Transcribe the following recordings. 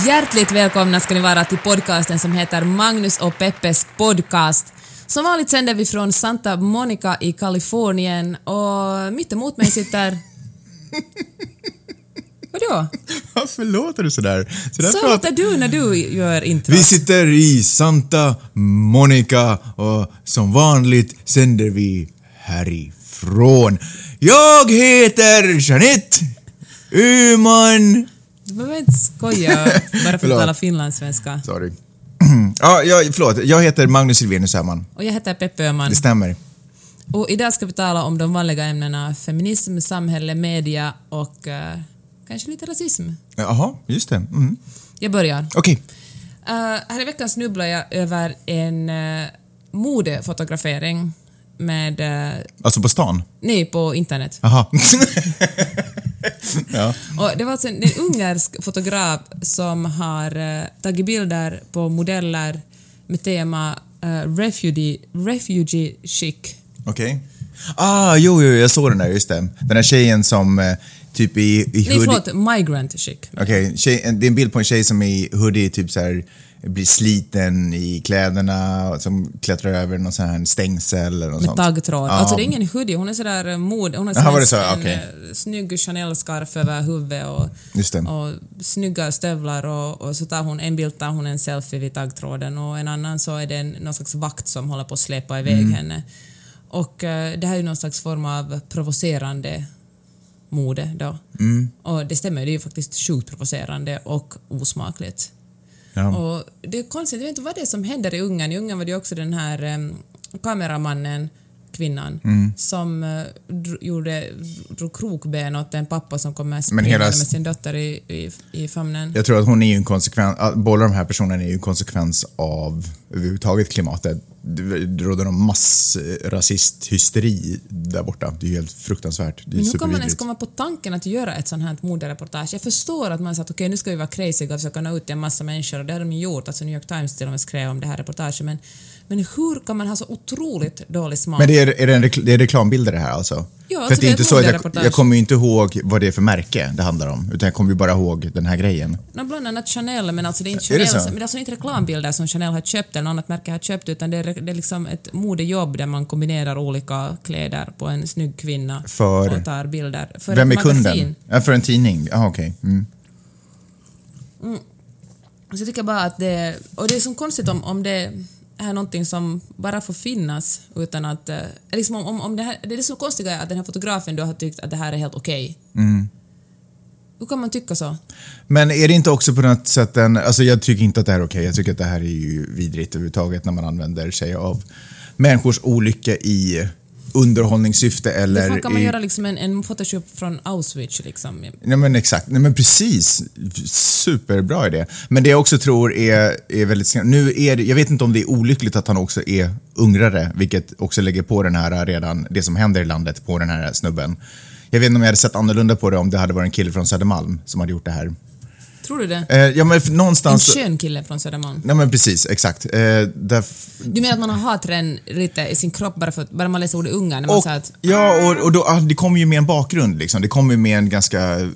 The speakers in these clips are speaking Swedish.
Hjärtligt välkomna ska ni vara till podcasten som heter Magnus och Peppes podcast. Som vanligt sänder vi från Santa Monica i Kalifornien och mitt emot mig sitter... Vadå? Varför låter du sådär? Så låter du när du gör intro. Vi sitter i Santa Monica och som vanligt sänder vi härifrån. Jag heter Jeanette Öhman. Du behöver inte skoja bara för att tala finlandssvenska. Sorry. Förlåt. Jag heter Magnus Silvenius Öhman. Och jag heter Peppe Öhman. Det stämmer. Och idag ska vi tala om de vanliga ämnena feminism, samhälle, media och kanske lite rasism. Jaha, just det. Mm. Jag börjar. Okej. Här i veckan snubblar jag över en modefotografering med... Alltså på stan? Nej, på internet. Aha. Ja. Och det var alltså en ungersk fotograf som har tagit bilder på modeller med tema refugee chic. Okej. Jo, jag såg den där, just det. Den här tjejen som typ i hoodie... Nej, förlåt, migrant chic. Okej, det är en bild på en tjej som i hoodie typ så här blir sliten i kläderna och som klättrar över någon sån här stängsel eller något sånt. Med taggtråd. Ja. Alltså det är ingen hoodie, hon är sådär mod. Hon har en snygg Chanel-scarf över huvudet och snygga stövlar och så tar hon en bild, tar hon en selfie vid taggtråden och en annan så är det någon slags vakt som håller på att släpa iväg henne. Och det här är ju någon slags form av provocerande mode då. Och det stämmer, det är ju faktiskt sjukt provocerande och osmakligt. Ja. Och det är konstigt, jag vet inte vad det är som händer i Ungern. I Ungern var det också den här kameramannen, kvinnan, som drog krokben åt en pappa som kom med med sin dotter i famnen. Jag tror att hon är ju en konsekvens, båda de här personerna är ju en konsekvens av överhuvudtaget klimatet. Det råder någon massrasisthysteri där borta. Det är ju helt fruktansvärt. Det är men hur kan man ens komma på tanken att göra ett sånt här modereportage? Jag förstår att man sa att okej, nu ska vi vara crazy och försöka nå ut till en massa människor och det har de gjort. Alltså New York Times till och med skrev om det här reportaget. Men hur kan man ha så otroligt dålig smak? Men det är reklambilder det här alltså? Ja, för alltså det är inte så att jag kommer ju inte ihåg vad det är för märke det handlar om, utan jag kommer ju bara ihåg den här grejen. Bland annat Chanel, men alltså det är inte Chanel, men det är alltså inte reklambilder som Chanel har köpt eller något annat märke har köpt, utan det är liksom ett modejobb där man kombinerar olika kläder på en snygg kvinna och tar bilder. För vem är magasin. kunden? Ja, för en tidning. Okej. Så jag tycker bara att det är så konstigt om det är någonting som bara får finnas utan att liksom om det här, det är så konstigt att den här fotografen då har tyckt att det här är helt okej. Hur kan man tycka så? Men är det inte också på något sätt alltså jag tycker inte att det här är okej. Jag tycker att det här är ju vidrigt överhuvudtaget när man använder sig av människors olycka i underhållningssyfte eller... Hur kan man göra liksom en photoshop från Auschwitz liksom? Nej men exakt, nej men precis. Superbra idé. Men det jag också tror är väldigt... jag vet inte om det är olyckligt att han också är ungrare, vilket också lägger på den här redan, det som händer i landet på den här snubben. Jag vet inte om jag hade sett annorlunda på det om det hade varit en kille från Södermalm som hade gjort det här. Tror du det? Ja, men någonstans... En skön kille från Södermalm. Nej men precis, exakt. Du menar att man har hatren lite i sin kropp bara man läser ordet unga när man säger att... Ja, och då, det kommer ju med en bakgrund liksom. Det kommer ju med en ganska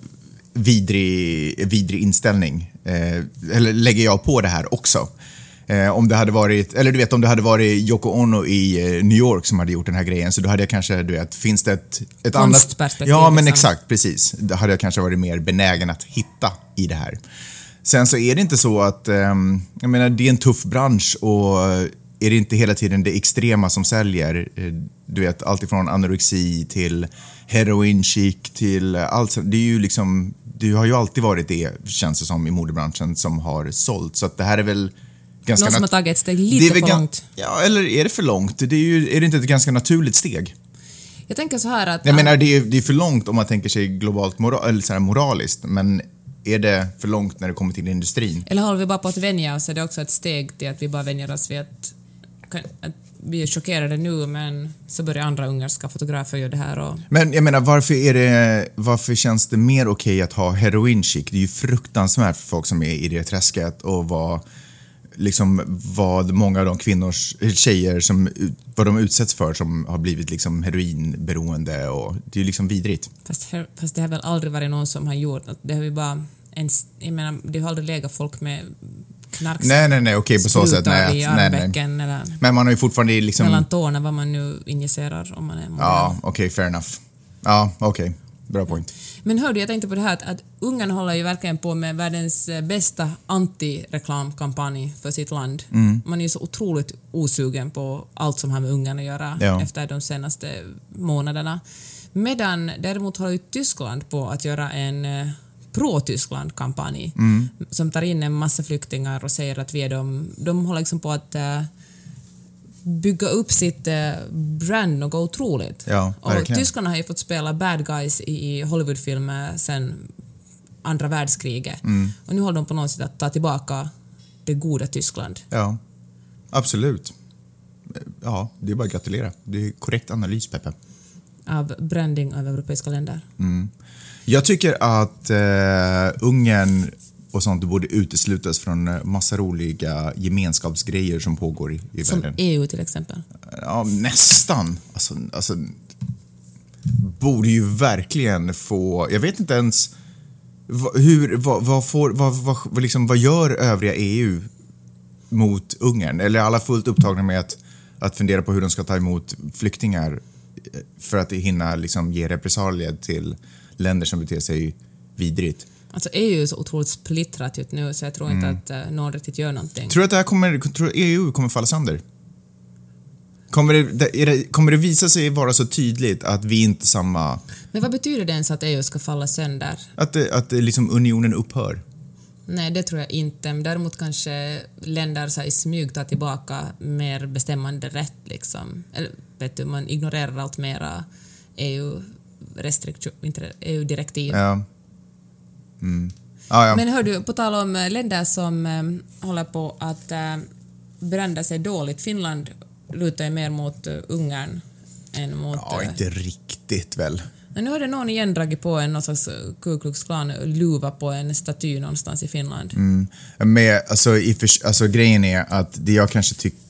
vidrig inställning. Eller lägger jag på det här också. Om det hade varit, eller du vet, om det hade varit Yoko Ono i New York som hade gjort den här grejen, så då hade jag kanske, du vet, finns det ett annat perspektiv. Ja, men liksom. Exakt, precis. Då hade jag kanske varit mer benägen att hitta i det här. Sen så är det inte så att, jag menar, det är en tuff bransch och är det inte hela tiden det extrema som säljer, du vet, allt ifrån anorexi till heroin chic till allt, det är ju liksom, det har ju alltid varit det, känns det som, i modebranschen som har sålt, så att det här är väl ganska någon som har tagit ett steg lite för långt. Ja, eller är det för långt? Är det inte ett ganska naturligt steg? Jag tänker så här att... Jag menar, det är för långt om man tänker sig globalt eller så här moraliskt, men är det för långt när det kommer till industrin? Eller håller vi bara på att vänja oss? Är det också ett steg till att vi bara vänjer oss vid att vi är chockerade nu, men så börjar andra ungerska fotografer göra det här och... Men jag menar, varför känns det mer okej att ha heroin chic? Det är ju fruktansvärt för folk som är i det träsket och vad många av de tjejer som vad de utsätts för som har blivit liksom heroinberoende, och det är ju liksom vidrigt. Fast det har väl aldrig varit någon som har gjort att det har vi bara jag menar, det har aldrig legat folk med knark. Nej, okej, på så sätt. Nej. Eller men man har ju fortfarande liksom... mellan tårna vad man nu injicerar om man är modern. Ja, okej, fair enough. Ja, okej. Bra point. Men hörde, jag tänkte på det här att Ungern håller ju verkligen på med världens bästa anti-reklamkampanj för sitt land. Man är ju så otroligt osugen på allt som har med Ungern att göra efter de senaste månaderna. Medan däremot håller ju Tyskland på att göra en pro-Tyskland-kampanj som tar in en massa flyktingar och säger att vi är de håller liksom på att bygga upp sitt brand och gå otroligt. Ja, och tyskarna har ju fått spela bad guys i Hollywoodfilmer sen andra världskriget. Och nu håller de på något sätt att ta tillbaka det goda Tyskland. Ja, absolut. Ja, det är bara att gratulera. Det är korrekt analys, Peppe. Av branding av europeiska länder. Jag tycker att Ungern och sånt borde uteslutas från massa roliga gemenskapsgrejer som pågår i världen. Som EU till exempel? Ja, nästan. Alltså, borde ju verkligen få... Jag vet inte ens vad gör övriga EU mot Ungern? Eller är alla fullt upptagna med att fundera på hur de ska ta emot flyktingar för att hinna liksom ge repressalier till länder som beter sig vidrigt? Alltså EU är så otroligt splittrat just nu så jag tror inte att någon riktigt gör någonting. Tror du att EU kommer falla sönder? Kommer det visa sig vara så tydligt att vi inte samma... Men vad betyder det ens att EU ska falla sönder? Att liksom unionen upphör? Nej, det tror jag inte. Men däremot kanske länder så i smyg tar tillbaka mer bestämmande rätt liksom. Eller vet du, man ignorerar allt mera EU-direktiv. Ja. Ja. Men hör du, på tal om länder som håller på att brända sig dåligt. Finland lutar ju mer mot Ungern än mot... Ja, inte riktigt väl. Men nu har det någon igen dragit på någon slags Ku Klux Klan-luva på en staty någonstans i Finland. Men alltså grejen är att det jag kanske tycker...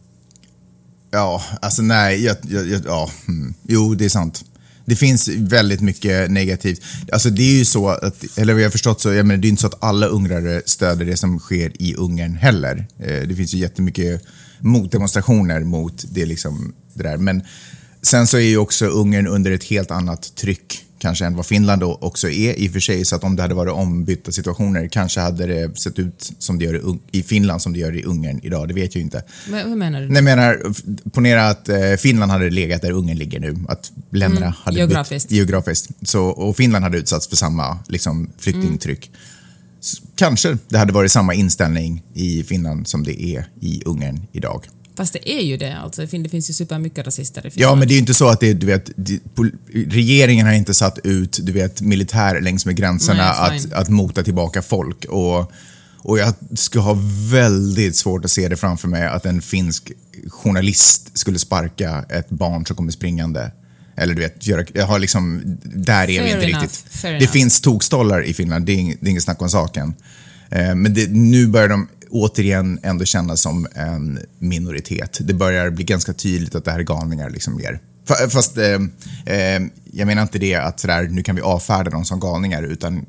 Ja, alltså nej, jo, det är sant. Det finns väldigt mycket negativt. Alltså det är ju så att, eller vad jag har förstått så, jag menar, det är inte så att alla ungrare stöder det som sker i Ungern heller. Det finns ju jättemycket motdemonstrationer mot det liksom det där. Men sen så är ju också Ungern under ett helt annat tryck kanske än vad Finland då också är i och för sig, så att om det hade varit ombytta situationer kanske hade det sett ut som det gör i Finland som det gör i Ungern idag, det vet jag ju inte. Men hur menar du? Nej, jag menar, ponera att Finland hade legat där Ungern ligger nu, att länderna hade geografiskt. Så, och Finland hade utsatts för samma liksom, flyktingtryck. Kanske det hade varit samma inställning i Finland som det är i Ungern idag. Fast det är ju det, alltså. Det finns ju supermycket rasister i Finland. Ja, men det är ju inte så att det, du vet, regeringen har inte satt ut, du vet, militär längs med gränserna att mota tillbaka folk. Och jag ska ha väldigt svårt att se det framför mig att en finsk journalist skulle sparka ett barn som kommer springande. Eller du vet, jag har liksom, där är vi inte riktigt. Det finns tokstollar i Finland, det är inget snack om saken. Men nu börjar de återigen ändå kännas som en minoritet. Det börjar bli ganska tydligt att det här är galningar liksom mer. Fast jag menar inte det att sådär, nu kan vi avfärda dem som galningar, utan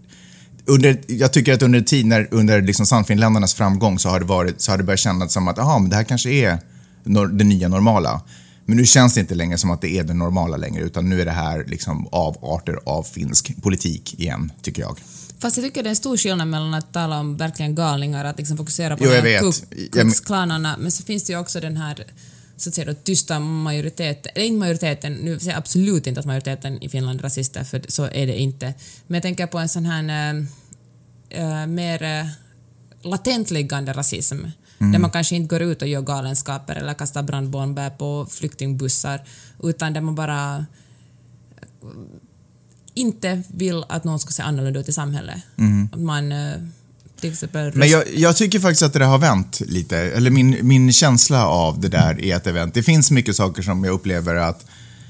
jag tycker att under tid under liksom Sannfinländarnas framgång så har det börjat kännas som att men det här kanske är det nya normala. Men nu känns det inte längre som att det är det normala längre, utan nu är det här liksom avarter av finsk politik igen, tycker jag. Fast jag tycker det är en stor skillnad mellan att tala om verkligen galningar, att liksom fokusera på Klux-klanerna, men så finns det ju också den här så att säga då, tysta majoriteten, eller inte majoriteten, nu säger jag absolut inte att majoriteten i Finland är rasister, för så är det inte. Men jag tänker på en sån här mer latentliggande rasism, där man kanske inte går ut och gör galenskaper eller kastar brandbomber på flyktingbussar, utan där man bara inte vill att någon ska se annorlunda ut i samhället. Att man till exempel... Men jag tycker faktiskt att det har vänt lite. Eller min känsla av det där är att det vänt. Det finns mycket saker som jag upplever att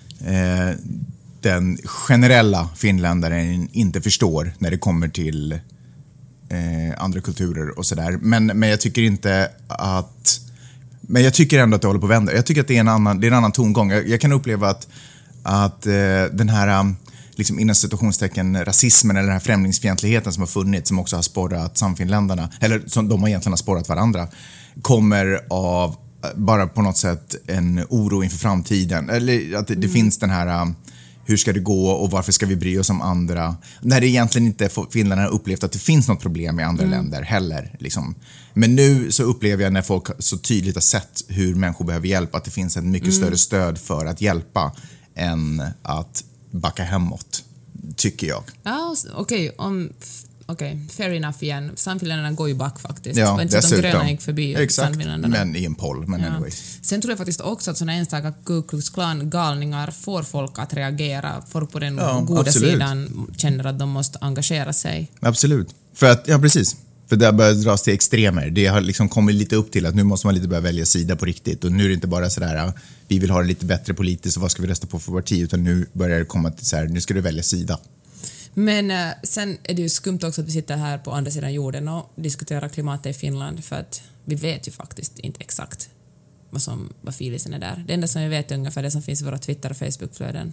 den generella finländaren inte förstår när det kommer till andra kulturer och sådär. Men jag tycker inte att... Men jag tycker ändå att det håller på att vända. Jag tycker att det är en annan tongång. Jag kan uppleva att den här liksom inom situationstecken rasismen eller den här främlingsfientligheten som har funnits, som också har sporrat samfinländarna, eller som de har egentligen har sporrat varandra, kommer av bara på något sätt en oro inför framtiden. Eller att det finns den här hur ska det gå och varför ska vi bry oss om andra? När det egentligen inte Finland har upplevt att det finns något problem i andra länder heller. Liksom. Men nu så upplever jag när folk så tydligt har sett hur människor behöver hjälp, att det finns ett mycket större stöd för att hjälpa än att backa hemåt, tycker jag. Ja, okej, fair enough igen. Samfinländarna går ju back faktiskt. Ja, dessutom. De gröna gick förbi. Exakt, men i en poll. Men anyway. Sen tror jag faktiskt också att sådana enstaka Ku Klux Klan-galningar får folk att reagera. Folk på den goda sidan känner att de måste engagera sig. Absolut. För att, ja precis. För det har börjat dras till extremer. Det har liksom kommit lite upp till att nu måste man lite börja välja sida på riktigt. Och nu är det inte bara sådär, vi vill ha det lite bättre politiskt och vad ska vi rösta på för parti, utan nu börjar det komma till såhär, nu ska du välja sida. Men sen är det ju skumt också att vi sitter här på andra sidan jorden och diskuterar klimatet i Finland, för att vi vet ju faktiskt inte exakt vad filisen är där. Det enda som vi vet är ungefär det som finns i våra Twitter- och Facebook-flöden.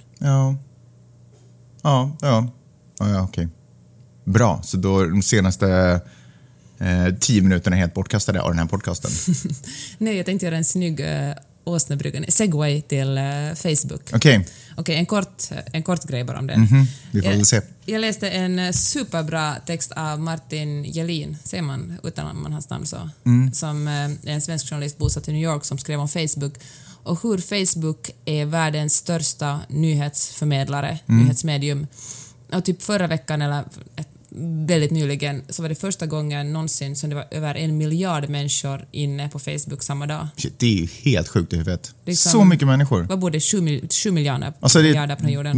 Ja, okej. Bra, så då de senaste 10 minuterna är helt bortkastade av den här podcasten. Nej, jag tänkte göra en snygg Åsnebryggan segway till Facebook. Okej, en kort grej bara om den. vi får väl se. Jag läste en superbra text av Martin Jelin, ser man utan man hans namn så, som är en svensk journalist bosatt i New York, som skrev om Facebook och hur Facebook är världens största nyhetsförmedlare, nyhetsmedium. Och typ förra veckan eller väldigt nyligen så var det första gången någonsin som det var över 1 miljard människor inne på Facebook samma dag. Det är ju helt sjukt i huvudet. Så mycket människor. Vad borde 7 miljarder på jorden?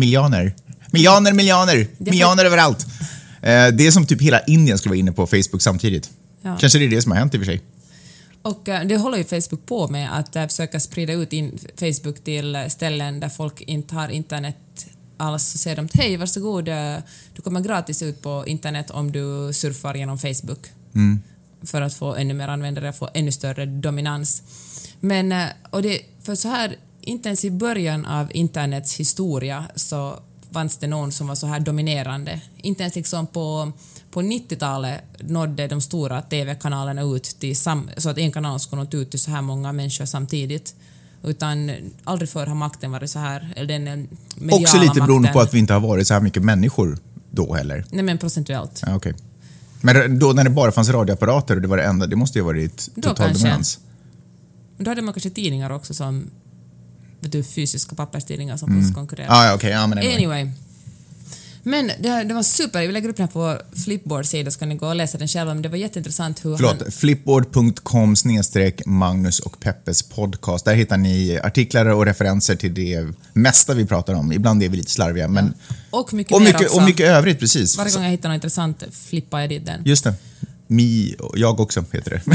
Miljoner överallt. Det är som typ hela Indien skulle vara inne på Facebook samtidigt. Ja. Kanske det är det som har hänt i och för sig. Och det håller ju Facebook på med att försöka sprida ut Facebook till ställen där folk inte har internet alls, så säger de hej, varsågod, du kommer gratis ut på internet om du surfar genom Facebook för att få ännu mer användare, få ännu större dominans. Men, och det, för så här, inte ens i början av internets historia så fanns det någon som var så här dominerande. Inte ens liksom på 90-talet nådde de stora tv-kanalerna ut till så att en kanal skulle nå ut till så här många människor samtidigt. Utan aldrig förr har makten varit så här, eller den mediala också lite makten. beroende på att vi inte har varit så här mycket människor då heller. Nej, men procentuellt. Ja, okej. Men då när det bara fanns radioapparater och det var det enda, det måste ju ha varit total dominans. Då hade man kanske tidningar också som fysiska papperstidningar som måste konkurrera. Ja, okej. Ja, men anyway. Men det var super. Vi lägger upp den här på Flipboard-sidan så kan ni gå och läsa den själva. Men det var jätteintressant hur flipboard.com/Magnus och Peppes podcast. Där hittar ni artiklar och referenser till det mesta vi pratar om. Ibland är vi lite slarviga. Men och mycket övrigt, precis. Varje gång jag hittar något intressant flippar jag dit den. Just det. Jag också heter det.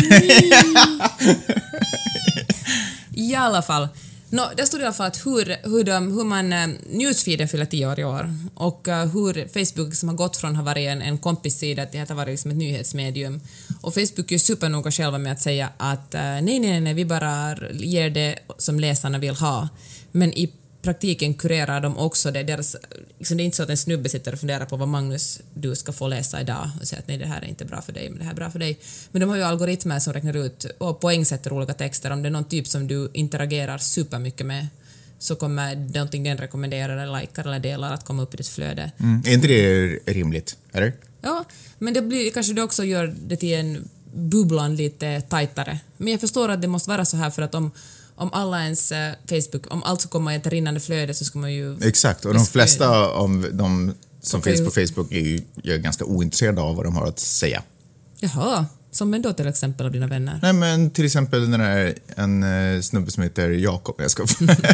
I alla fall. Det stod i alla fall att hur man newsfeeden fyller 10 år i år och hur Facebook som har gått från att ha varit en kompissida till att ha varit liksom ett nyhetsmedium. Och Facebook är supernoga själva med att säga att nej, vi bara ger det som läsarna vill ha. Men i praktiken kurerar de också det. Liksom det är inte så att en snubbe sitter och funderar på vad Magnus du ska få läsa idag och säger att nej, det här är inte bra för dig, men det här är bra för dig. Men de har ju algoritmer som räknar ut och poängsätter olika texter. Om det är någon typ som du interagerar supermycket med så kommer någonting den rekommenderar eller likar eller delar att komma upp i ditt flöde. Är inte det rimligt, eller? Ja, men det blir kanske det också gör det till en bubblan lite tajtare. Men jag förstår att det måste vara så här för att om alla ens Facebook, om allt ska komma i ett rinnande flöde så ska man ju... Exakt, och de flesta av de som finns på Facebook är ju ganska ointresserade av vad de har att säga. Jaha, som en då till exempel av dina vänner? Nej, men till exempel den här, en snubbe som heter Jakob. Jag ska...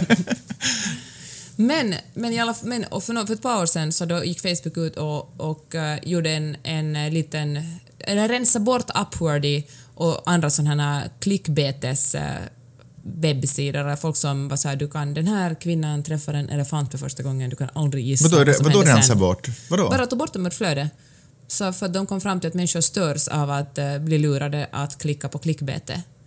Men för ett par år sedan så då gick Facebook ut och gjorde en liten... Eller rensa bort Upworthy och andra sådana här klickbetes webbsidor där folk som var så här, den här kvinnan träffar en elefant för första gången, du kan aldrig gissa Vadå rensa bort? Vadå? Bara ta bort dem ur flöde. Så för att de kom fram till att människor störs av att bli lurade att klicka på klickbete.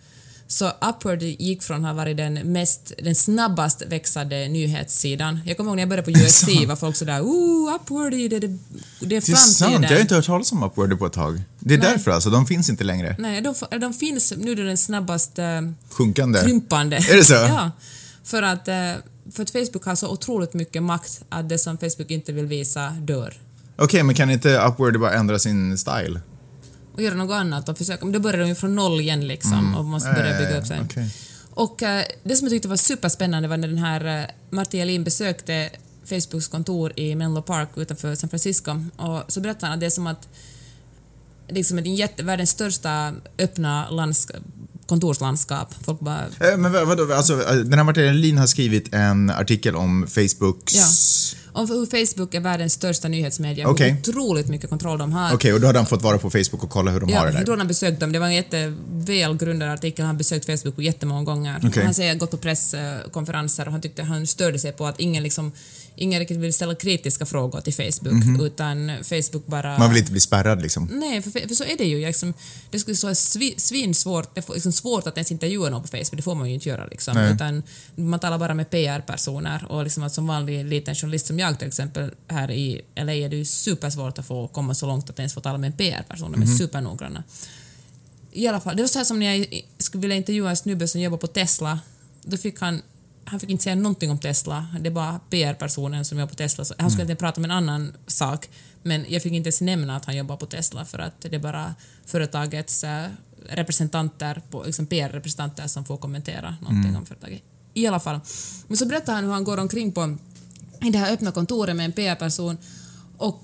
Så Upward gick från att ha varit den snabbast växande nyhetssidan. Jag kommer ihåg när jag började på USC var folk sådär, Upward, det är framtiden. Sant, jag har inte hört talas om Upward på ett tag. Det är därför alltså, de finns inte längre. Nej, de finns nu, den snabbast sjunkande. Krympande. Är det så? Ja, för att Facebook har så otroligt mycket makt att det som Facebook inte vill visa dör. Okej, men kan inte Upward bara ändra sin style? Och göra något annat och försöka. Men då börjar de ju från noll igen liksom och måste börja bygga upp sig. Okay. Och det som jag tyckte var superspännande var när den här Martin Jalin besökte Facebooks kontor i Menlo Park utanför San Francisco. Och så berättade han att det är som att det är som världens största öppna kontorslandskap. Folk bara... Men vadå? Alltså, den här Martin Jalin har skrivit en artikel om Facebooks... Ja. Om hur Facebook är världens största nyhetsmedia. Okay. Hur otroligt mycket kontroll de har. Okej, och då hade han fått vara på Facebook och kolla hur de har det där. Ja, då har han besökt dem. Det var en jättevälgrundad artikel. Han har besökt Facebook på jättemånga gånger. Okay. Han säger gått på presskonferenser och han tyckte han störde sig på att ingen riktigt vill ställa kritiska frågor till Facebook, utan Facebook bara... Man vill inte bli spärrad liksom. Nej, för så är det ju. Liksom, det skulle vara svinsvårt. Det är liksom svårt att ens intervjua någon på Facebook. Det får man ju inte göra. Liksom. Utan man talar bara med PR-personer. Och liksom att som vanlig liten journalist som jag till exempel här i LA är det ju supersvårt att få komma så långt att ens få tala med en PR-person. De är supernoggranna. I alla fall, det var så här som när jag skulle vilja intervjua en snubbe som jobbar på Tesla. Då fick han fick inte säga någonting om Tesla. Det är bara PR-personen som jobbar på Tesla. Så han skulle inte prata om en annan sak. Men jag fick inte ens nämna att han jobbar på Tesla för att det är bara företagets representanter, liksom PR-representanter som får kommentera någonting om företaget. I alla fall. Men så berättar han hur han går omkring i det här öppna kontoret med en PR-person och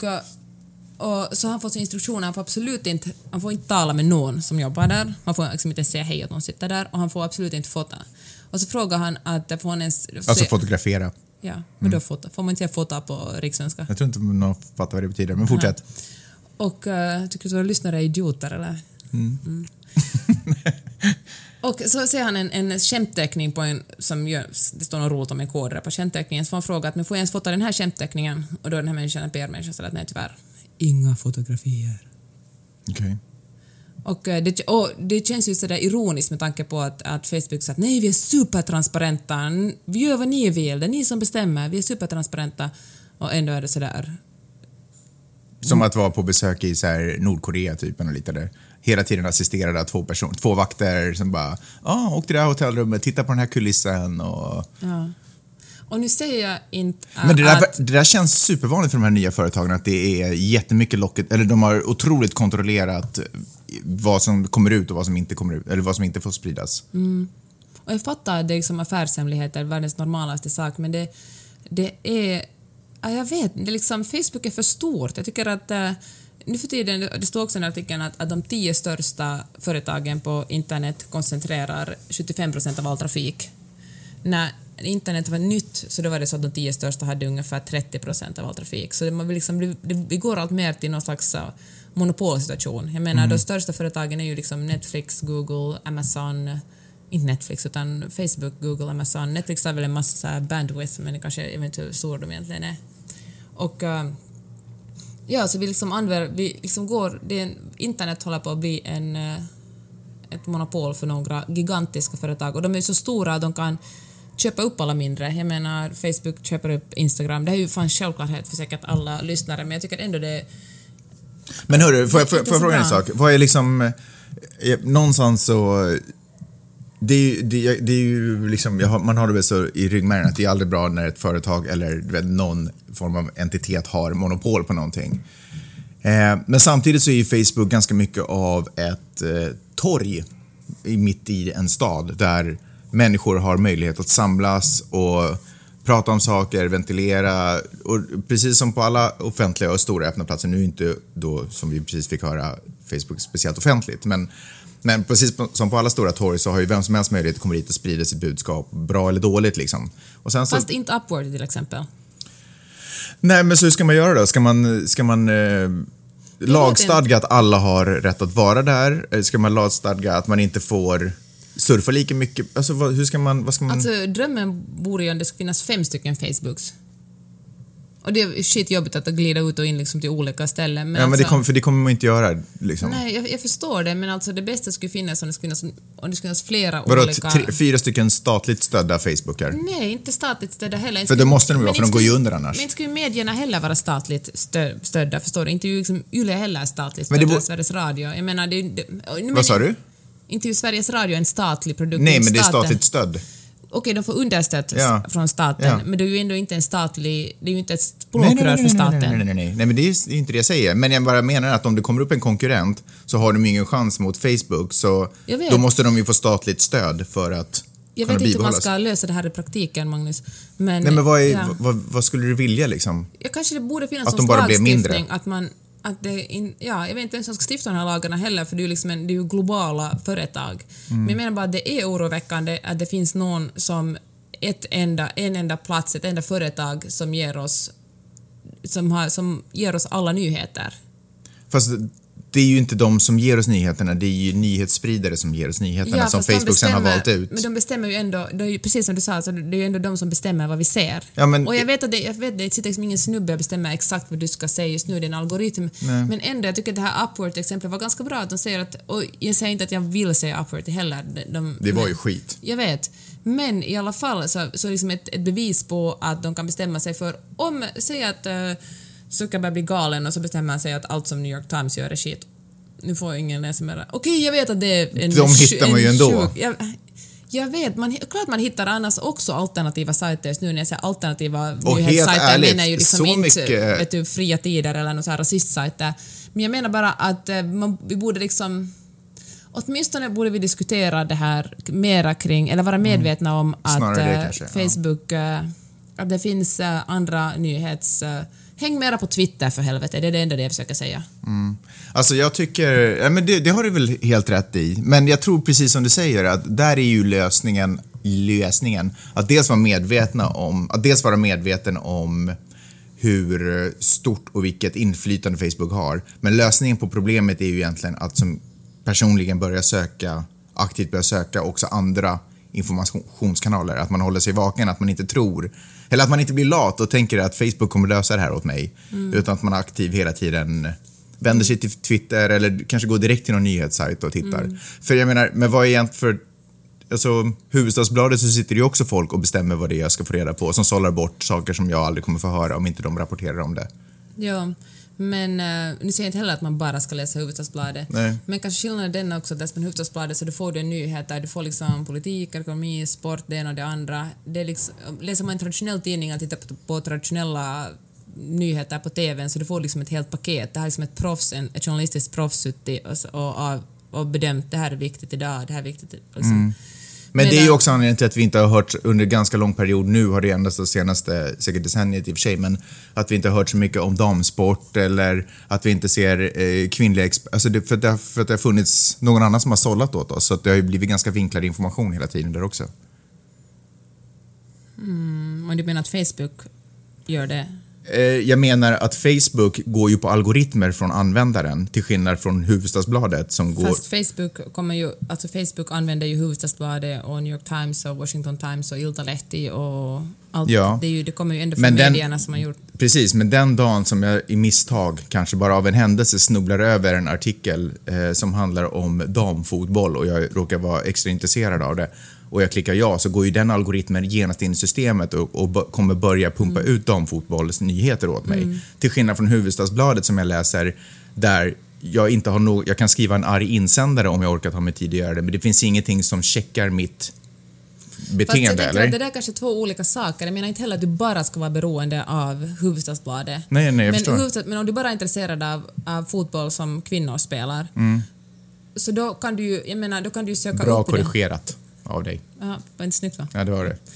så han får sin instruktioner, han får inte tala med någon som jobbar där. Han får liksom inte säga hej att någon sitter där och han får absolut inte fota. Och så frågar han att får han ens... Alltså fotografera. Ja, men då fota. Får man inte säga fota på rikssvenska? Jag tror inte någon fattar vad det betyder, men fortsätt. Ja. Och tycker du att lyssnare är idioter, eller? Och så ser han en skämtteckning på som gör, det står något roligt om en kodare på skämtteckningen, så får han fråga att men får jag ens fota den här skämtteckningen? Och då är den här människan, en PR-människa, säger att nej tyvärr, inga fotografier. Okej. Och det känns ju sådär ironiskt med tanke på att Facebook sa att nej, vi är supertransparenta, vi gör vad ni vill, det är ni som bestämmer, vi är supertransparenta, och ändå är det sådär. Som att vara på besök i så här Nordkorea typen och lite där. Hela tiden assisterade två vakter som bara, åk till det här hotellrummet, titta på den här kulissen och... Ja. Och nu säger jag inte men det där känns supervanligt för de här nya företagen, att det är jättemycket locket, eller de har otroligt kontrollerat vad som kommer ut och vad som inte kommer ut, eller vad som inte får spridas. Och jag fattar att det är som affärshemligheter, världens normalaste sak, men det är... jag vet, det är liksom, Facebook är för stort. Jag tycker att nu för tiden, det står också i artikeln att de 10 största företagen på internet koncentrerar 75% av all trafik. När internet var nytt så då var det så att de 10 största hade ungefär 30% av all trafik. Så man vill liksom, vi går allt mer till någon slags monopolsituation. Jag menar, de största företagen är ju liksom Netflix, Google, Amazon, inte Netflix utan Facebook, Google, Amazon. Netflix har väl en massa så här bandwidth, men det kanske eventuellt hur stor de egentligen är. Och så vi liksom går, internet håller på att bli ett monopol för några gigantiska företag, och de är så stora att de kan köpa upp alla mindre. Jag menar, Facebook köper upp Instagram. Det är ju fan självklarhet för säkert alla lyssnare, men jag tycker ändå det... Men hörru, får jag fråga en sak? Vad är liksom... någonstans så... Det är ju liksom... man har det väl så i ryggmärgen att det är aldrig bra när ett företag eller någon form av entitet har monopol på någonting. Men samtidigt så är ju Facebook ganska mycket av ett torg mitt i en stad där människor har möjlighet att samlas och prata om saker, ventilera, och precis som på alla offentliga och stora öppna platser, nu inte då som vi precis fick höra Facebook speciellt offentligt, men precis som på alla stora torg så har ju vem som helst möjlighet att komma dit och sprida sitt budskap, bra eller dåligt liksom. Och sen fast inte Upward till exempel. Nej, men så hur ska man göra då? Ska man lagstadga att alla har rätt att vara där? Eller ska man lagstadga att man inte får surfa lika mycket? Alltså vad ska man... Alltså drömmen vore ju att det ska finnas 5 stycken Facebooks. Och det är skitjobbigt att glida ut och in liksom till olika ställen. Men ja, men alltså, det kommer man inte göra. Liksom. Nej, jag förstår det, men alltså det bästa skulle finnas om det skulle finnas flera vadå, olika... 4 stycken statligt stödda Facebookar? Nej, inte statligt stödda heller. För det måste de vara, för de går ju under annars. Men inte skulle medierna heller vara statligt stödda, förstår du? Inte ju liksom Yle heller statligt stödda, Sveriges Radio. Jag menar, vad sa du? Inte ju Sveriges Radio en statlig produkt. Nej, men det är statligt stöd. Okej, de får understöd från staten, men det är ju ändå inte en statlig, det är ju inte ett språkrör för staten. Nej, men det är inte det jag säger. Men jag bara menar att om det kommer upp en konkurrent så har de ingen chans mot Facebook, så då måste de ju få statligt stöd för att jag vet inte hur man ska lösa det här i praktiken, Magnus. Men vad skulle du vilja liksom? Kanske det borde finnas att de bara blir mindre. Jag vet inte vem som ska stifta de här lagarna heller, för det är ju globala företag. Men jag menar bara att det är oroväckande att det finns någon som en enda plats, ett enda företag som ger oss alla nyheter. Fast det är ju inte de som ger oss nyheterna, det är ju nyhetsspridare som ger oss nyheterna som Facebook sen har valt ut. Men de bestämmer ju ändå, det är ju precis som du sa, så det är ju ändå de som bestämmer vad vi ser. Ja, men, och jag vet det sitter liksom ingen snubbe och bestämmer exakt vad du ska säga just nu, det är en algoritm. Nej. Men ändå, jag tycker att det här Upwork-exemplet var ganska bra, att de säger att, och jag säger inte att jag vill säga Upwork heller. Det var ju skit. Jag vet. Men i alla fall så liksom ett bevis på att de kan bestämma sig för, säg att Zuckerberg blir galen och så bestämmer man sig att allt som New York Times gör är skit. Nu får ingen läsa mer. Okej, jag vet att det är de hittar man ju ändå. Jag vet, klart man hittar annars också alternativa sajter. Just nu när jag säger alternativa nyhetssajter menar ju liksom inte fria tider eller någon sån här rasistsajter. Men jag menar bara att vi borde liksom, åtminstone borde vi diskutera det här mera kring, eller vara medvetna om att Facebook, att det finns andra häng mera på Twitter för helvete, det är det enda det jag försöker säga. Alltså jag tycker, men det har du väl helt rätt i, men jag tror precis som du säger att där är ju lösningen att dels vara medveten om hur stort och vilket inflytande Facebook har, men lösningen på problemet är ju egentligen att som personligen aktivt börja söka också andra informationskanaler, att man håller sig vaken, att man inte tror, eller att man inte blir lat och tänker att Facebook kommer lösa det här åt mig, utan att man är aktiv hela tiden, vänder sig till Twitter eller kanske går direkt till någon nyhetssajt och tittar. För jag menar, men vad är egentligen för, alltså Hufvudstadsbladet, så sitter ju också folk och bestämmer vad det är jag ska få reda på, som sållar bort saker som jag aldrig kommer få höra om inte de rapporterar om det. Ja, men nu säger jag inte heller att man bara ska läsa Hufvudstadsbladet. Nej. Men kanske skillnaden är den också, att läser man Hufvudstadsbladet så får du en nyhet där du får liksom politik, ekonomi, sport, det ena och det andra. Det är liksom, läser man en traditionell tidning och tittar på traditionella nyheter på TV:n, så du får liksom ett helt paket. Det här är liksom ett journalistiskt proffs suttit och bedömt, det här är viktigt idag, det här är viktigt liksom. Men det är ju också anledningen till att vi inte har hört under ganska lång period, nu har det endast det senaste säkert decenniet i och för sig, men att vi inte har hört så mycket om damsport eller att vi inte ser kvinnliga alltså för att det har funnits någon annan som har sållat åt oss, så att det har ju blivit ganska vinklad information hela tiden där också. Och du menar att Facebook gör det? Jag menar att Facebook går ju på algoritmer från användaren till skillnad från Hufvudstadsbladet som går... Fast Facebook använder ju Hufvudstadsbladet och New York Times och Washington Times och Iltalehti och allt. Ja. Det kommer ju ändå från medierna som har gjort... Precis, men den dagen som jag i misstag, kanske bara av en händelse, snubblar över en artikel som handlar om damfotboll och jag råkar vara extra intresserad av det och jag klickar ja, så går ju den algoritmen genast in i systemet och kommer börja pumpa ut damfotbollsnyheter åt mig. Till skillnad från Hufvudstadsbladet som jag läser, där jag inte har jag kan skriva en arg insändare om jag orkar ta mig tid att göra det, men det finns ingenting som checkar mitt beteende. Fast eller? Det där är kanske två olika saker. Jag menar inte heller att du bara ska vara beroende av Hufvudstadsbladet. Nej, jag förstår. Men om du bara är intresserad av fotboll som kvinnor spelar, så då kan du ju, då kan du söka bra upp korrigerat av dig. Ja, var inte snyggt va? Ja, det var det.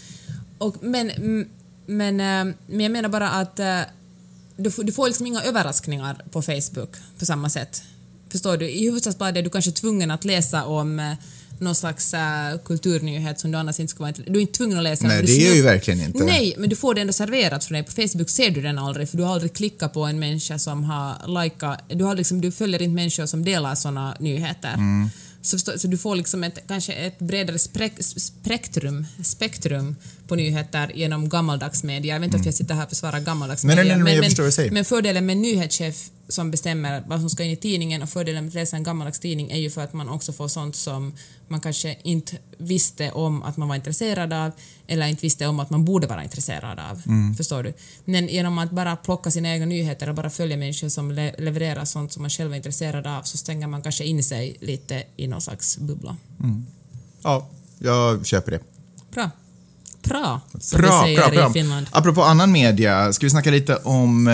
Men jag menar bara att du får liksom inga överraskningar på Facebook på samma sätt. Förstår du? I Hufvudstadsbladet är du kanske tvungen att läsa om någon slags kulturnyhet som du annars inte ska vara... Du är inte tvungen att läsa. Nej, det är ju verkligen inte. Nej, men du får det ändå serverat för dig. På Facebook ser du den aldrig, för du har aldrig klickat på en människa som har likat... Du följer inte människor som delar såna nyheter. Så du får liksom kanske ett bredare spektrum på nyheter genom gammaldags media. Jag vet inte om jag sitter här för att försvara gammaldags media. Men fördelen med en nyhetschef som bestämmer vad som ska in i tidningen och fördelen med att läsa en gammaldags tidning är ju för att man också får sånt som man kanske inte visste om att man var intresserad av eller inte visste om att man borde vara intresserad av. Förstår du? Men genom att bara plocka sina egna nyheter och bara följa människor som levererar sånt som man själv är intresserad av så stänger man kanske in sig lite i någon slags bubbla. Ja, jag köper det. Bra, som vi säger i Finland. Apropå annan media, ska vi snacka lite om...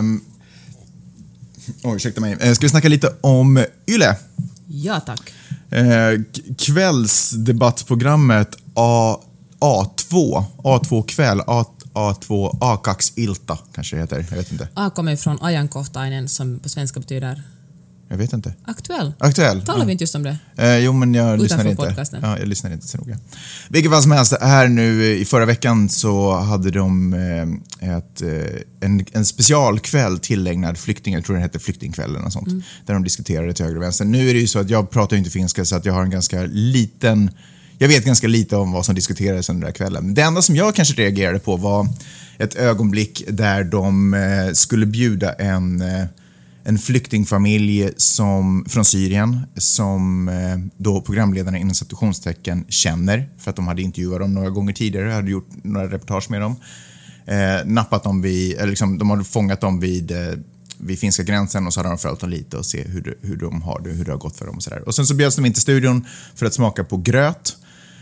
ursäkta mig. Ska vi snacka lite om Yle? Ja, tack. Kvällsdebattprogrammet A2 kväll, A2 A2 Ilta kanske det heter, jag vet inte. A kommer från ajankohtainen som på svenska betyder... Jag vet inte. Aktuell. Talar vi inte just om det? Jo, men jag lyssnar inte. Podcasten. Ja, jag lyssnar inte så noga. Vilket fall som helst, här nu i förra veckan så hade de en specialkväll tillägnad flyktingar, jag tror den hette Flyktingkväll eller något sånt, där de diskuterade till höger och vänster. Nu är det ju så att jag pratar inte finska så att jag har jag vet ganska lite om vad som diskuterades under den här kvällen. Det enda som jag kanske reagerade på var ett ögonblick där de skulle bjuda en flyktingfamilj från Syrien som då programledarna inom situationstecken känner för att de hade intervjuat dem några gånger tidigare, hade gjort några reportage med dem, nappat dem de hade fångat dem vid finska gränsen och så hade de följt dem lite och se hur de har det, hur det har gått för dem och sådär. Och sen så bjöds de in till studion för att smaka på gröt.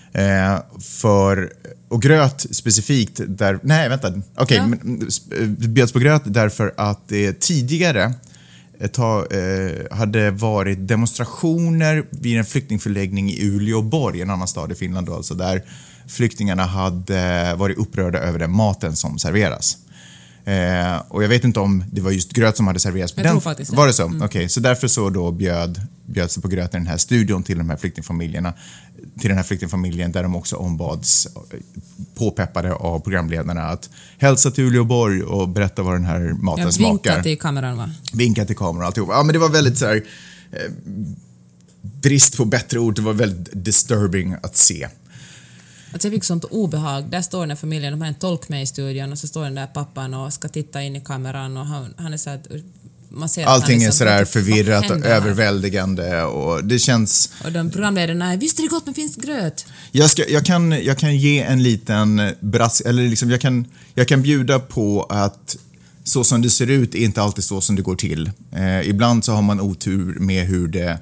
Och gröt specifikt bjöds på gröt därför att det tidigare hade varit demonstrationer vid en flyktingförläggning i Uleåborg, en annan stad i Finland då, alltså där flyktingarna hade varit upprörda över den maten som serveras. Och jag vet inte om det var just gröt som hade serverats på den. Var det så? Okej, så därför så då bjöds på gröt i den här studion till de här flyktingfamiljerna, till den här flyktingfamiljen där de också ombads, påpeppade av programledarna, att hälsa till Uleåborg och berätta vad den här maten smakar. Vinka till kameran, va? Vinka till kameran och alltihop. Ja, men det var väldigt så här, brist på bättre ord, det var väldigt disturbing att se. Alltså jag fick sånt obehag. Där står den här familjen, de har en tolk med i studion och så står den där pappan och ska titta in i kameran och han är så att man ser allting är sådär förvirrat och överväldigande och det känns... Och de programledarna, visst är det gott med finsk gröt? Jag kan ge en liten eller liksom jag kan bjuda på att så som det ser ut är inte alltid så som det går till. Ibland så har man otur med hur det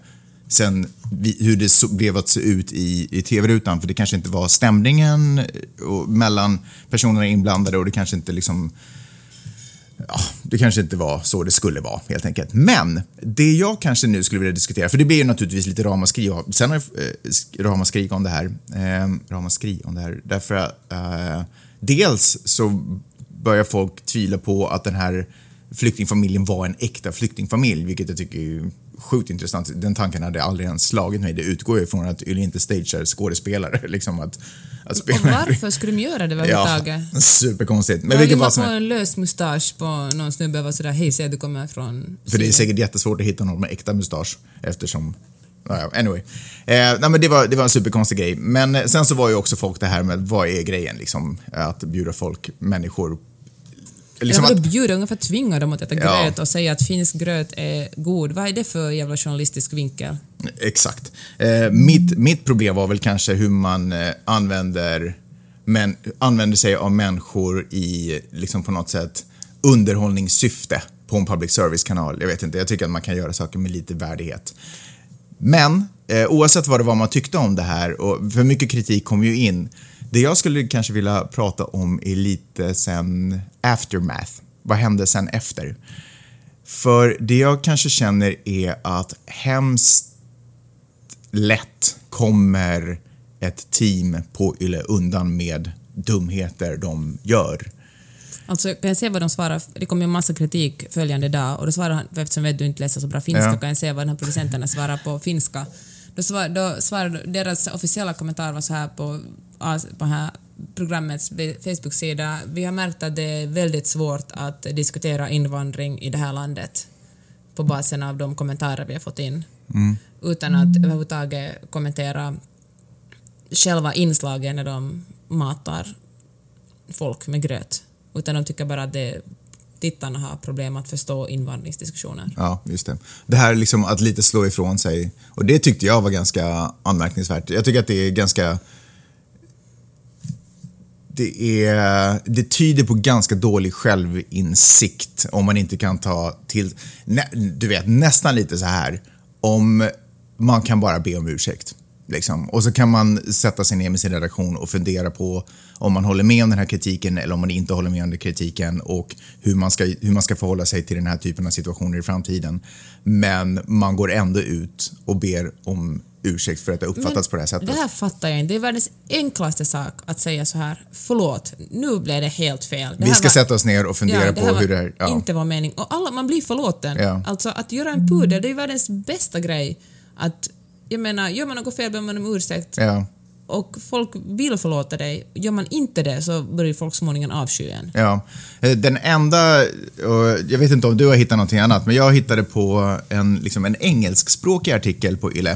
blev att se ut i tv-rutan, för det kanske inte var stämningen mellan personerna inblandade och det kanske inte liksom... Ja, det kanske inte var så det skulle vara helt enkelt. Men det jag kanske nu skulle vilja diskutera, för det blir ju naturligtvis lite ramaskri om det här. Därför att dels så börjar folk tvivla på att den här flyktingfamiljen var en äkta flyktingfamilj, vilket jag tycker är sjukt intressant. Den tanken hade aldrig ens slagit mig. Det utgår ju från att Yle inte stagear skådespelare liksom att spela. Och varför skulle de göra det överhuvudtaget? Ja, superkonstigt. Men vilket var som en lös mustasch på någon snubbe var sådär, hej, säg du kommer från... För det är säkert jättesvårt att hitta någon med äkta mustasch eftersom... Anyway. Nej, men det var en superkonstig grej. Men sen så var ju också folk det här med vad är grejen liksom, att bjuda människor liksom att bjuda ungefär tvinga dem att äta gröt och säga att finsk gröt är god. Vad är det för jävla journalistisk vinkel? Exakt. Mitt problem var väl kanske hur man använder sig av människor i liksom på något sätt underhållningssyfte på en public service-kanal. Jag vet inte, jag tycker att man kan göra saker med lite värdighet. Men oavsett vad det var man tyckte om det här, och för mycket kritik kom ju in. Det jag skulle kanske vilja prata om är lite sen aftermath. Vad hände sen efter? För det jag kanske känner är att hemskt lätt kommer ett team på Yle undan med dumheter de gör. Alltså kan jag se vad de svarar, det kom ju en massa kritik följande dag och då svarar han, eftersom du inte läser så bra finska kan jag se vad den här producenterna svarar på finska. Då svarar deras officiella kommentar var så här på här programmets Facebook-sida: vi har märkt att det är väldigt svårt att diskutera invandring i det här landet på basen av de kommentarer vi har fått in. utan att överhuvudtaget kommentera själva inslagen när de matar folk med gröt. Utan de tycker bara att tittarna har problem att förstå invandringsdiskussioner. Ja, just det. Det här liksom att lite slå ifrån sig. Och det tyckte jag var ganska anmärkningsvärt. Jag tycker att det är ganska... Det tyder på ganska dålig självinsikt om man inte kan ta till... Du vet, nästan lite så här. Om man kan bara be om ursäkt. Liksom. Och så kan man sätta sig ner med sin redaktion och fundera på om man håller med om den här kritiken eller om man inte håller med om den kritiken och hur man ska förhålla sig till den här typen av situationer i framtiden. Men man går ändå ut och ber om ursäkt för att det uppfattats på det här sättet. Det här fattar jag inte. Det är världens enklaste sak att säga så här: förlåt, nu blev det helt fel. Vi ska sätta oss ner och fundera på hur det här... Ja. Inte var mening. Och man blir förlåten. Ja. Alltså att göra en pudel, det är världens bästa grej. Att, jag menar, gör man något fel ber man om ursäkt. Ja. Och folk vill förlåta dig. Gör man inte det så börjar folk småningom avsky en. Ja. Den enda, jag vet inte om du har hittat någonting annat, men jag hittade på en engelskspråkig artikel på Yle.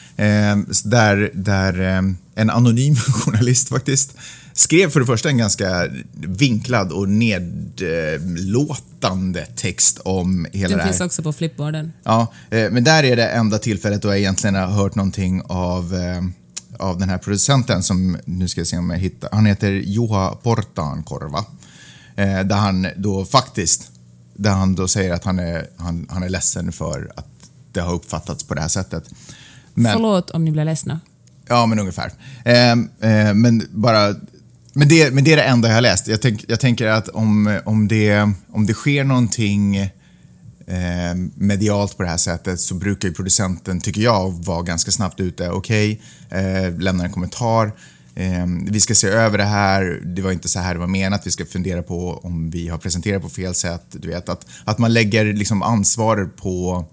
Där en anonym journalist faktiskt skrev för det första en ganska vinklad och nedlåtande text om hela det här. Den finns också på flipboarden. Ja, men där är det enda tillfället då jag egentligen har hört någonting av den här producenten som, nu ska jag se om jag hittar, han heter Juha Portaankorva. Där han då säger att han är ledsen för att det har uppfattats på det här sättet. Förlåt om ni blir ledsna. Ja, men ungefär. Men det är det enda jag har läst. Jag tänker att om det sker någonting medialt på det här sättet så brukar ju producenten, tycker jag, vara ganska snabbt ute. Okej, lämna en kommentar. Vi ska se över det här. Det var inte så här det var menat. Vi ska fundera på om vi har presenterat på fel sätt. Du vet, att man lägger liksom ansvar på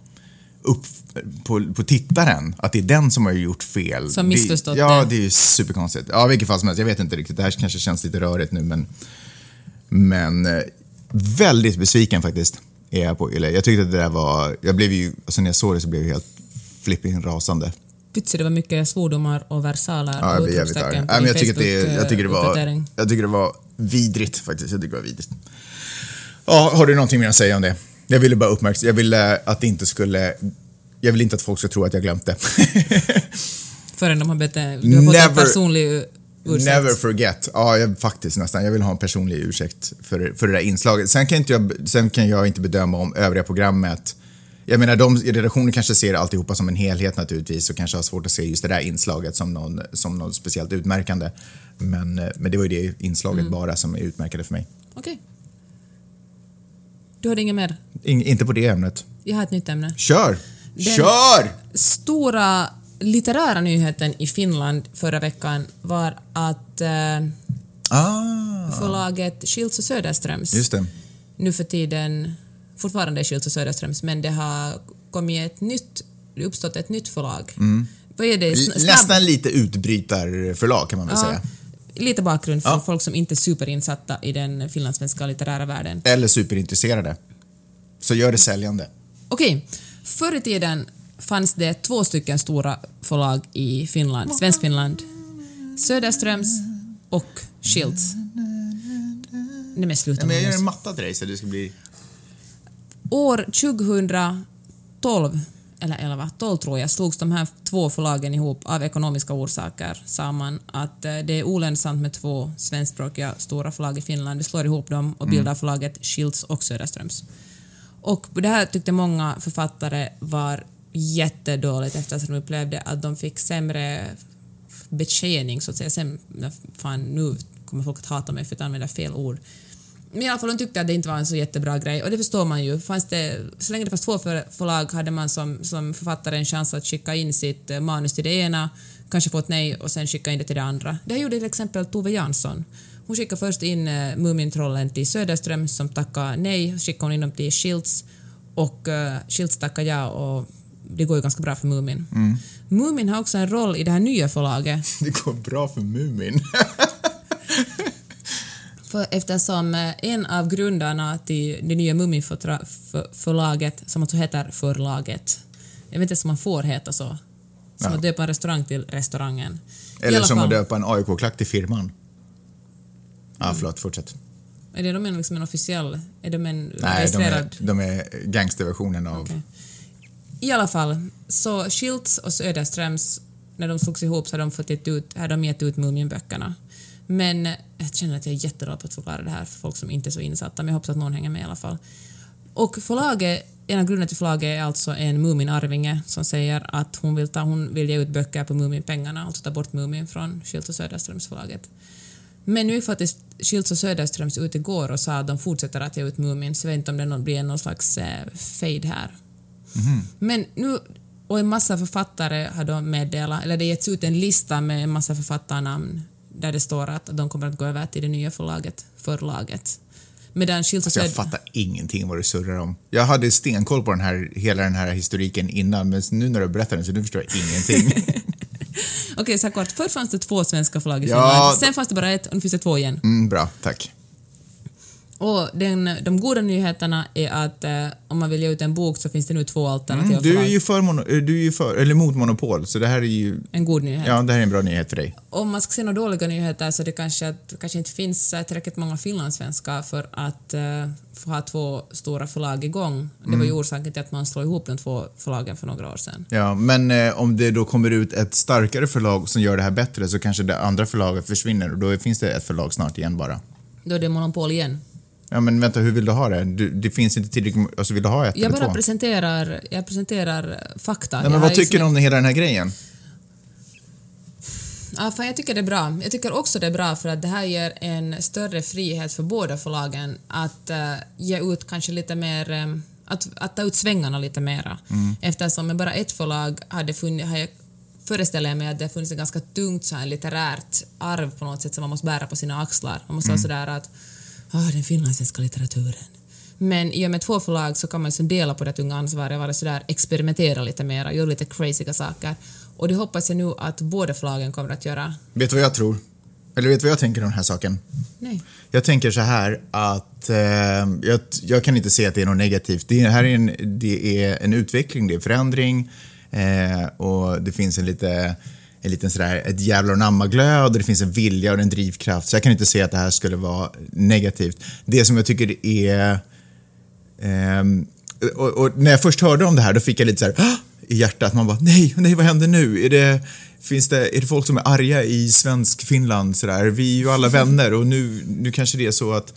tittaren, att det är den som har gjort fel. Som missförstått det. Ja, det är ju superkonstigt. Ja, vilket fall som helst, jag vet inte riktigt. Det här kanske känns lite rörigt nu, men väldigt besviken faktiskt är jag på Yle. Jag tyckte att det där var, jag blev ju, alltså när jag såg det så blev jag helt flipping rasande. Pytsigt, det var mycket svordomar och versaler. Ja, jag blir jävligt arg. Jag tycker det var vidrigt faktiskt. Jag tycker det var vidrigt. Ja, har du någonting mer att säga om det? Jag ville bara uppmärksamma. Jag vill inte att folk ska tro att jag glömt det. Förrän de har fått en personlig ursäkt. Never forget. Ja, faktiskt nästan. Jag vill ha en personlig ursäkt för det där inslaget. Sen kan jag inte bedöma om övriga programmet. Jag menar, de i redaktionen kanske ser alltihopa som en helhet naturligtvis och kanske har svårt att se just det där inslaget som något speciellt utmärkande. Men det var ju det inslaget bara som är utmärkande för mig. Okej. Du har inget mer? Inte på det ämnet. Jag har ett nytt ämne. Kör! Stora litterära nyheten i Finland förra veckan var att förlaget Schilds och Söderströms, just det, nu för tiden fortfarande är Schilds och Söderströms, men det har uppstått ett nytt förlag. Vad är det? Nästan lite utbrytarförlag kan man väl säga. Lite bakgrund för folk som inte är superinsatta i den finlandssvenska litterära världen. Eller superintresserade. Så gör det säljande. Okej. Förr i tiden fanns det 2 stycken stora förlag i Finland, Svenskfinland. Söderströms och Schilds. Nej, men sluta. Men jag gör en matta till dig så det ska bli... År 2012 eller 12 tror jag, slogs de här 2 förlagen ihop av ekonomiska orsaker. Sa man att det är olönsamt med 2 svenskspråkiga stora förlag i Finland. Vi slår ihop dem och bildar förlaget Schilds och Söderströms. Och det här tyckte många författare var jättedåligt eftersom de upplevde att de fick sämre betjäning, så att säga. Nu kommer folk att hata mig för att använda fel ord. Men i alla fall de tyckte att det inte var en så jättebra grej, och det förstår man ju. Så länge det fanns 2 förlag hade man som författare en chans att skicka in sitt manus till det ena, kanske få ett nej och sen skicka in det till det andra. Det här gjorde till exempel Tove Jansson. Hon skickade först in Mumintrollen till Söderström som tackade nej, skickade hon in dem till Schilds och Schilds tackade ja, och det går ju ganska bra för Mumin. Mumin har också en roll i det här nya förlaget. Det går bra för Mumin. För eftersom en av grundarna till det nya Mumin-förlaget, som alltså heter Förlaget, Jag vet inte om man får heta så. Som att döpa en restaurang till restaurangen. Eller som att döpa en AIK-klack till firman. Ja, förlåt, fortsätt. Är det liksom en officiell? Är de en registrerad? De är gangsterversionen av... Okay. I alla fall, så Schiltz och Söderströms, när de slogs ihop så hade de gett ut Muminböckerna. Men jag känner att jag är jättedålig på att förklara det här för folk som inte är så insatta, men jag hoppas att någon hänger med i alla fall. Och en av grunderna till förlaget är alltså en Muminarvinge som säger att hon vill ge ut böcker på Muminpengarna, alltså ta bort Mumin från Schiltz och Söderströms förlaget. Men nu är faktiskt Schiltz och Söderströms ute igår och sa att de fortsätter att ge ut Mumin, så jag vet inte om det blir någon slags fade här. Mm. Men nu, och en massa författare har de meddelat, eller det getts ut en lista med en massa författarnamn där det står att de kommer att gå över till det nya förlaget. Medan jag fattar ingenting vad du surrar om. Jag hade stenkoll på hela den här historiken innan, men nu när du berättar den så nu förstår jag ingenting. Okej, så kort. Förr fanns det 2 svenska förlag i Finland. Sen fanns det bara 1 och nu finns det 2 igen. Bra, tack. Och de goda nyheterna är att om man vill ge ut en bok så finns det nu 2 alternativa förlag. Du är ju för eller mot monopol, så det här är ju en god nyhet. Ja, det här är en bra nyhet för dig. Om man ska se några dåliga nyheter så det kanske inte finns tillräckligt många finlandssvenskar för att få ha 2 stora förlag igång. Det var ju orsaken till att man slog ihop de 2 förlagen för några år sedan. Ja, men om det då kommer ut ett starkare förlag som gör det här bättre så kanske det andra förlaget försvinner och då finns det ett förlag snart igen bara. Då är det monopol igen. Ja, men vänta, hur vill du ha det? Det finns inte tillräckligt, alltså vill du ha ett eller 2? Jag presenterar fakta. Ja, men vad tycker du om hela den här grejen? Ja, jag tycker det är bra. Jag tycker också det är bra för att det här ger en större frihet för båda förlagen att ge ut kanske lite mer, att ta ut svängarna lite mera. Eftersom med bara ett förlag föreställer jag mig att det funnits ett ganska tungt så här litterärt arv på något sätt som man måste bära på sina axlar. Man måste vara sådär att den finlandssvenska litteraturen. Men i och med 2 förlag så kan man ju dela på det tunga ansvaret, vara sådär, experimentera lite mer, göra lite crazyga saker. Och det hoppas jag nu att båda förlagen kommer att göra. Vet du vad jag tror? Eller vet du vad jag tänker om den här saken? Nej. Jag tänker så här att jag kan inte se att det är något negativt. Det är en utveckling, det är förändring och det finns en liten sådär, ett jävla nammaglöd och det finns en vilja och en drivkraft. Så jag kan inte se att det här skulle vara negativt. Det som jag tycker är... och när jag först hörde om det här, då fick jag lite såhär i hjärtat. Man bara, nej, vad händer nu? Är det folk som är arga i svensk Finland? Sådär? Vi är ju alla vänner och nu kanske det är så att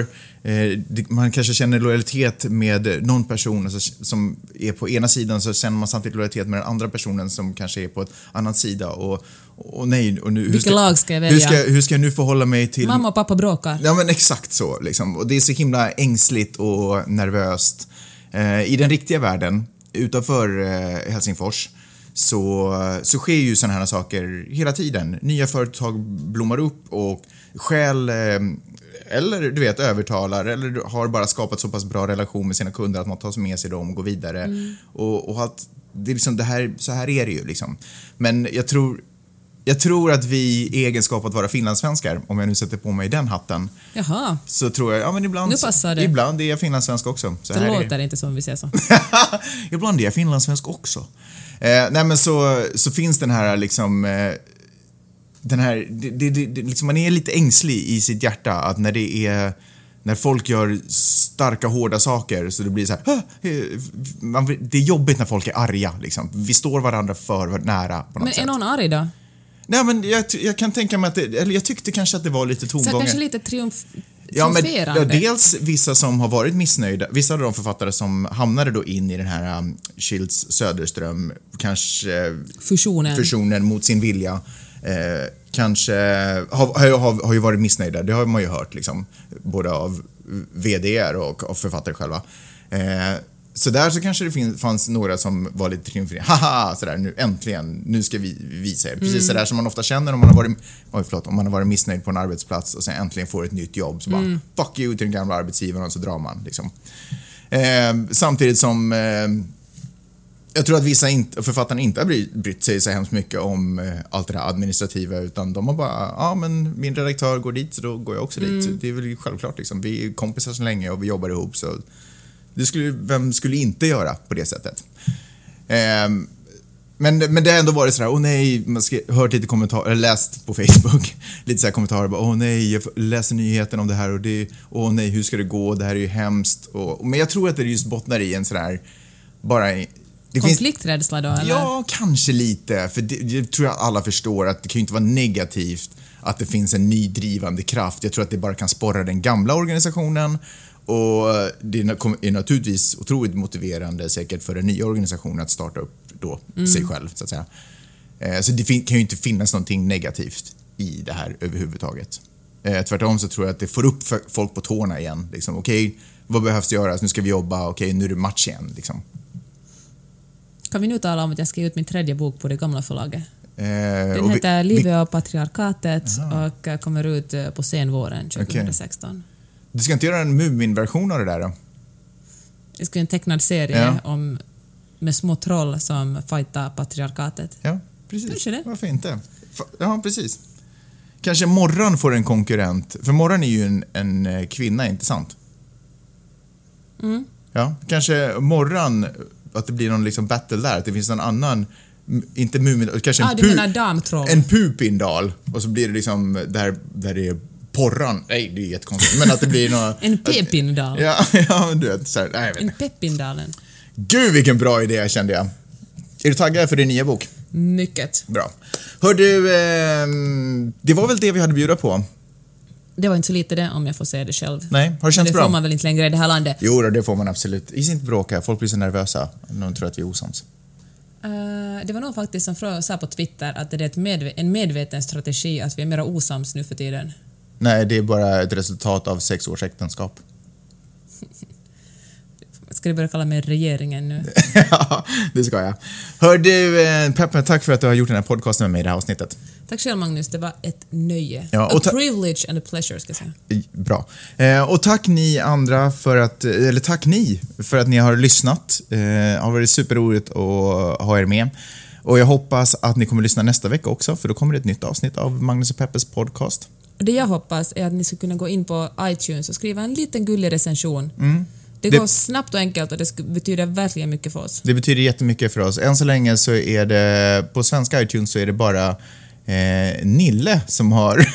man kanske känner lojalitet med någon person alltså, som är på ena sidan, så känner man samtidigt lojalitet med den andra personen som kanske är på ett annan sida och nej, och nu vilket lag ska jag välja? Hur ska jag nu förhålla mig till mamma och pappa bråkar? Ja, men exakt så liksom. Och det är så himla ängsligt och nervöst. I den riktiga världen utanför Helsingfors så sker ju såna här saker hela tiden. Nya företag blommar upp och stjäl eller du vet övertalar eller har bara skapat så pass bra relation med sina kunder att man tar med sig dem och går vidare och allt, det är liksom det här, så här är det ju liksom. Men jag tror att vi i egenskap att vara finlandssvenskar, om jag nu sätter på mig den hatten. Jaha. Så tror jag, ja men ibland nu passar det. Ibland är jag finlandssvensk också. Så det här låter är det inte som vi ser så. Ibland är jag finlandssvensk också. Nej men så finns den här liksom den här liksom, man är lite ängslig i sitt hjärta att när folk gör starka, hårda saker så det blir så här, det är jobbigt när folk är arga liksom. Vi står varandra för nära på något sätt. Men är någon arg då? Nej, men jag kan tänka mig att eller jag tyckte kanske att det var lite tongångar. Så kanske lite triumferande. Ja, men dels vissa som har varit missnöjda, vissa av de författare som hamnade då in i den här Schiltz Söderström kanske fusionen mot sin vilja kanske har ju varit missnöjda. Det har man ju hört liksom, både av vd:ar och av författare själva. Så där så kanske det fanns några som var lite triumferade. Haha, sådär, nu äntligen, nu ska vi visa er. Precis sådär som man ofta känner om man har varit missnöjd på en arbetsplats och sen äntligen får ett nytt jobb. Så bara, fuck you till den gamla arbetsgivaren och så drar man. Liksom. Samtidigt som jag tror att vissa författarna inte har brytt sig så hemskt mycket om allt det här administrativa, utan de har bara, men min redaktör går dit så då går jag också dit. Det är väl självklart liksom. Vi är kompisar så länge och vi jobbar ihop så vem skulle inte göra på det sättet? Men det har ändå varit sådär, åh nej, man hört lite kommentarer, eller läst på Facebook, lite sådär kommentarer, åh nej, jag läser nyheten om det här och det, åh nej, hur ska det gå, det här är ju hemskt. Men jag tror att det just bottnar i en sådär, bara... Konflikträdsla då, eller? Ja, kanske lite, för det tror jag alla förstår, att det kan ju inte vara negativt att det finns en ny drivande kraft. Jag tror att det bara kan sporra den gamla organisationen. Och det är naturligtvis otroligt motiverande säkert för den nya organisationen att starta upp då sig själv, så att säga. Så det kan ju inte finnas någonting negativt i det här överhuvudtaget. Tvärtom så tror jag att det får upp folk på tårna igen. Liksom, okej, vad behövs göras? Nu ska vi jobba. Okej, nu är det match igen. Liksom. Kan vi nu tala om att jag ska ge ut min 3:e bok på det gamla förlaget? Den heter Livet och patriarkatet och kommer ut på senvåren 2016. Okay. Du ska inte göra en Mumin-version av det där då? Jag ska göra en tecknad serie med små troll som fightar patriarkatet. Ja, precis. Kanske det. Varför inte? Ja, precis. Kanske Morran får en konkurrent. För Morran är ju en kvinna, inte sant? Mm. Ja, kanske Morran, att det blir någon liksom battle där. Att det finns någon annan, inte Mumin, kanske en Pupindal. Och så blir det liksom där det är porran. Nej, det är jättekonstigt. Men att det blir något... en Pepindal. Ja, du vet. Så här, nej, jag vet. En Pepindalen. Gud, vilken bra idé, kände jag. Är du taggad för din nya bok? Mycket. Bra. Hör du, det var väl det vi hade bjuda på? Det var inte så lite det, om jag får säga det själv. Nej, har det känts bra? Det får man väl inte längre i det här landet? Jo, det får man absolut. Is inte bråka, folk blir så nervösa. De tror att vi är osams. Det var nog faktiskt som Frö sa på Twitter att det är en medveten strategi att vi är mera osams nu för tiden. Nej, det är bara ett resultat av 6 års äktenskap. Ska du börja kalla mig regeringen nu? Ja, det ska jag. Hör du, Peppe, tack för att du har gjort den här podcasten med mig i det här avsnittet. Tack själv, Magnus, det var ett nöje. Ja, a privilege and a pleasure, ska jag säga. Bra. Och tack ni andra tack ni för att ni har lyssnat. Det har varit superroligt att ha er med. Och jag hoppas att ni kommer lyssna nästa vecka också, för då kommer det ett nytt avsnitt av Magnus och Peppes podcast. Det jag hoppas är att ni ska kunna gå in på iTunes och skriva en liten gullig recension. Det går snabbt och enkelt och det betyder verkligen mycket för oss. Det betyder jättemycket för oss. Än så länge så är det, på svenska iTunes så är det bara Nille som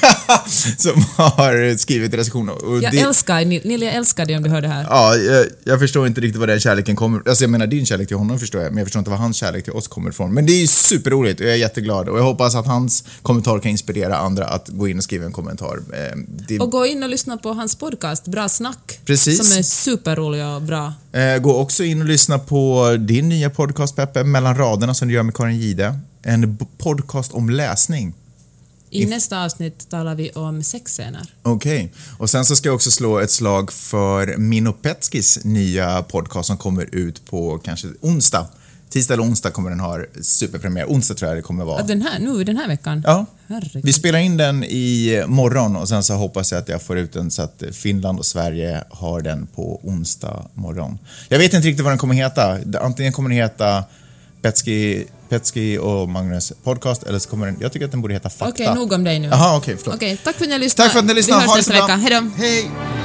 har skrivit recensioner. Jag älskar dig om du hör det här. Ja, jag förstår inte riktigt var den kärleken kommer. Alltså jag menar, din kärlek till honom förstår jag, men jag förstår inte var hans kärlek till oss kommer ifrån. Men det är superroligt och jag är jätteglad. Och jag hoppas att hans kommentar kan inspirera andra att gå in och skriva en kommentar. Och gå in och lyssna på hans podcast, Bra snack. Precis. Som är superrolig och bra. Gå också in och lyssna på din nya podcast, Peppe, Mellan raderna, som du gör med Karin Gide. En podcast om läsning. I nästa avsnitt talar vi om sexscener. Okej. Och sen så ska jag också slå ett slag för Minno Petskis nya podcast som kommer ut på kanske onsdag. Tisdag eller onsdag kommer den ha superpremiär. Onsdag tror jag det kommer vara. Den här veckan? Ja. Herregud. Vi spelar in den i morgon och sen så hoppas jag att jag får ut den så att Finland och Sverige har den på onsdag morgon. Jag vet inte riktigt vad den kommer heta. Antingen kommer den heta Petski och Magnus podcast, eller så kommer den, jag tycker att den borde heta Fakta. Okej, nog om dig nu. Jaha, okej, förlåt. Okej, tack för att ni har lyssnat. Tack för att ni har lyssnat. Vi hörs nästa vecka. Hej då. Hej.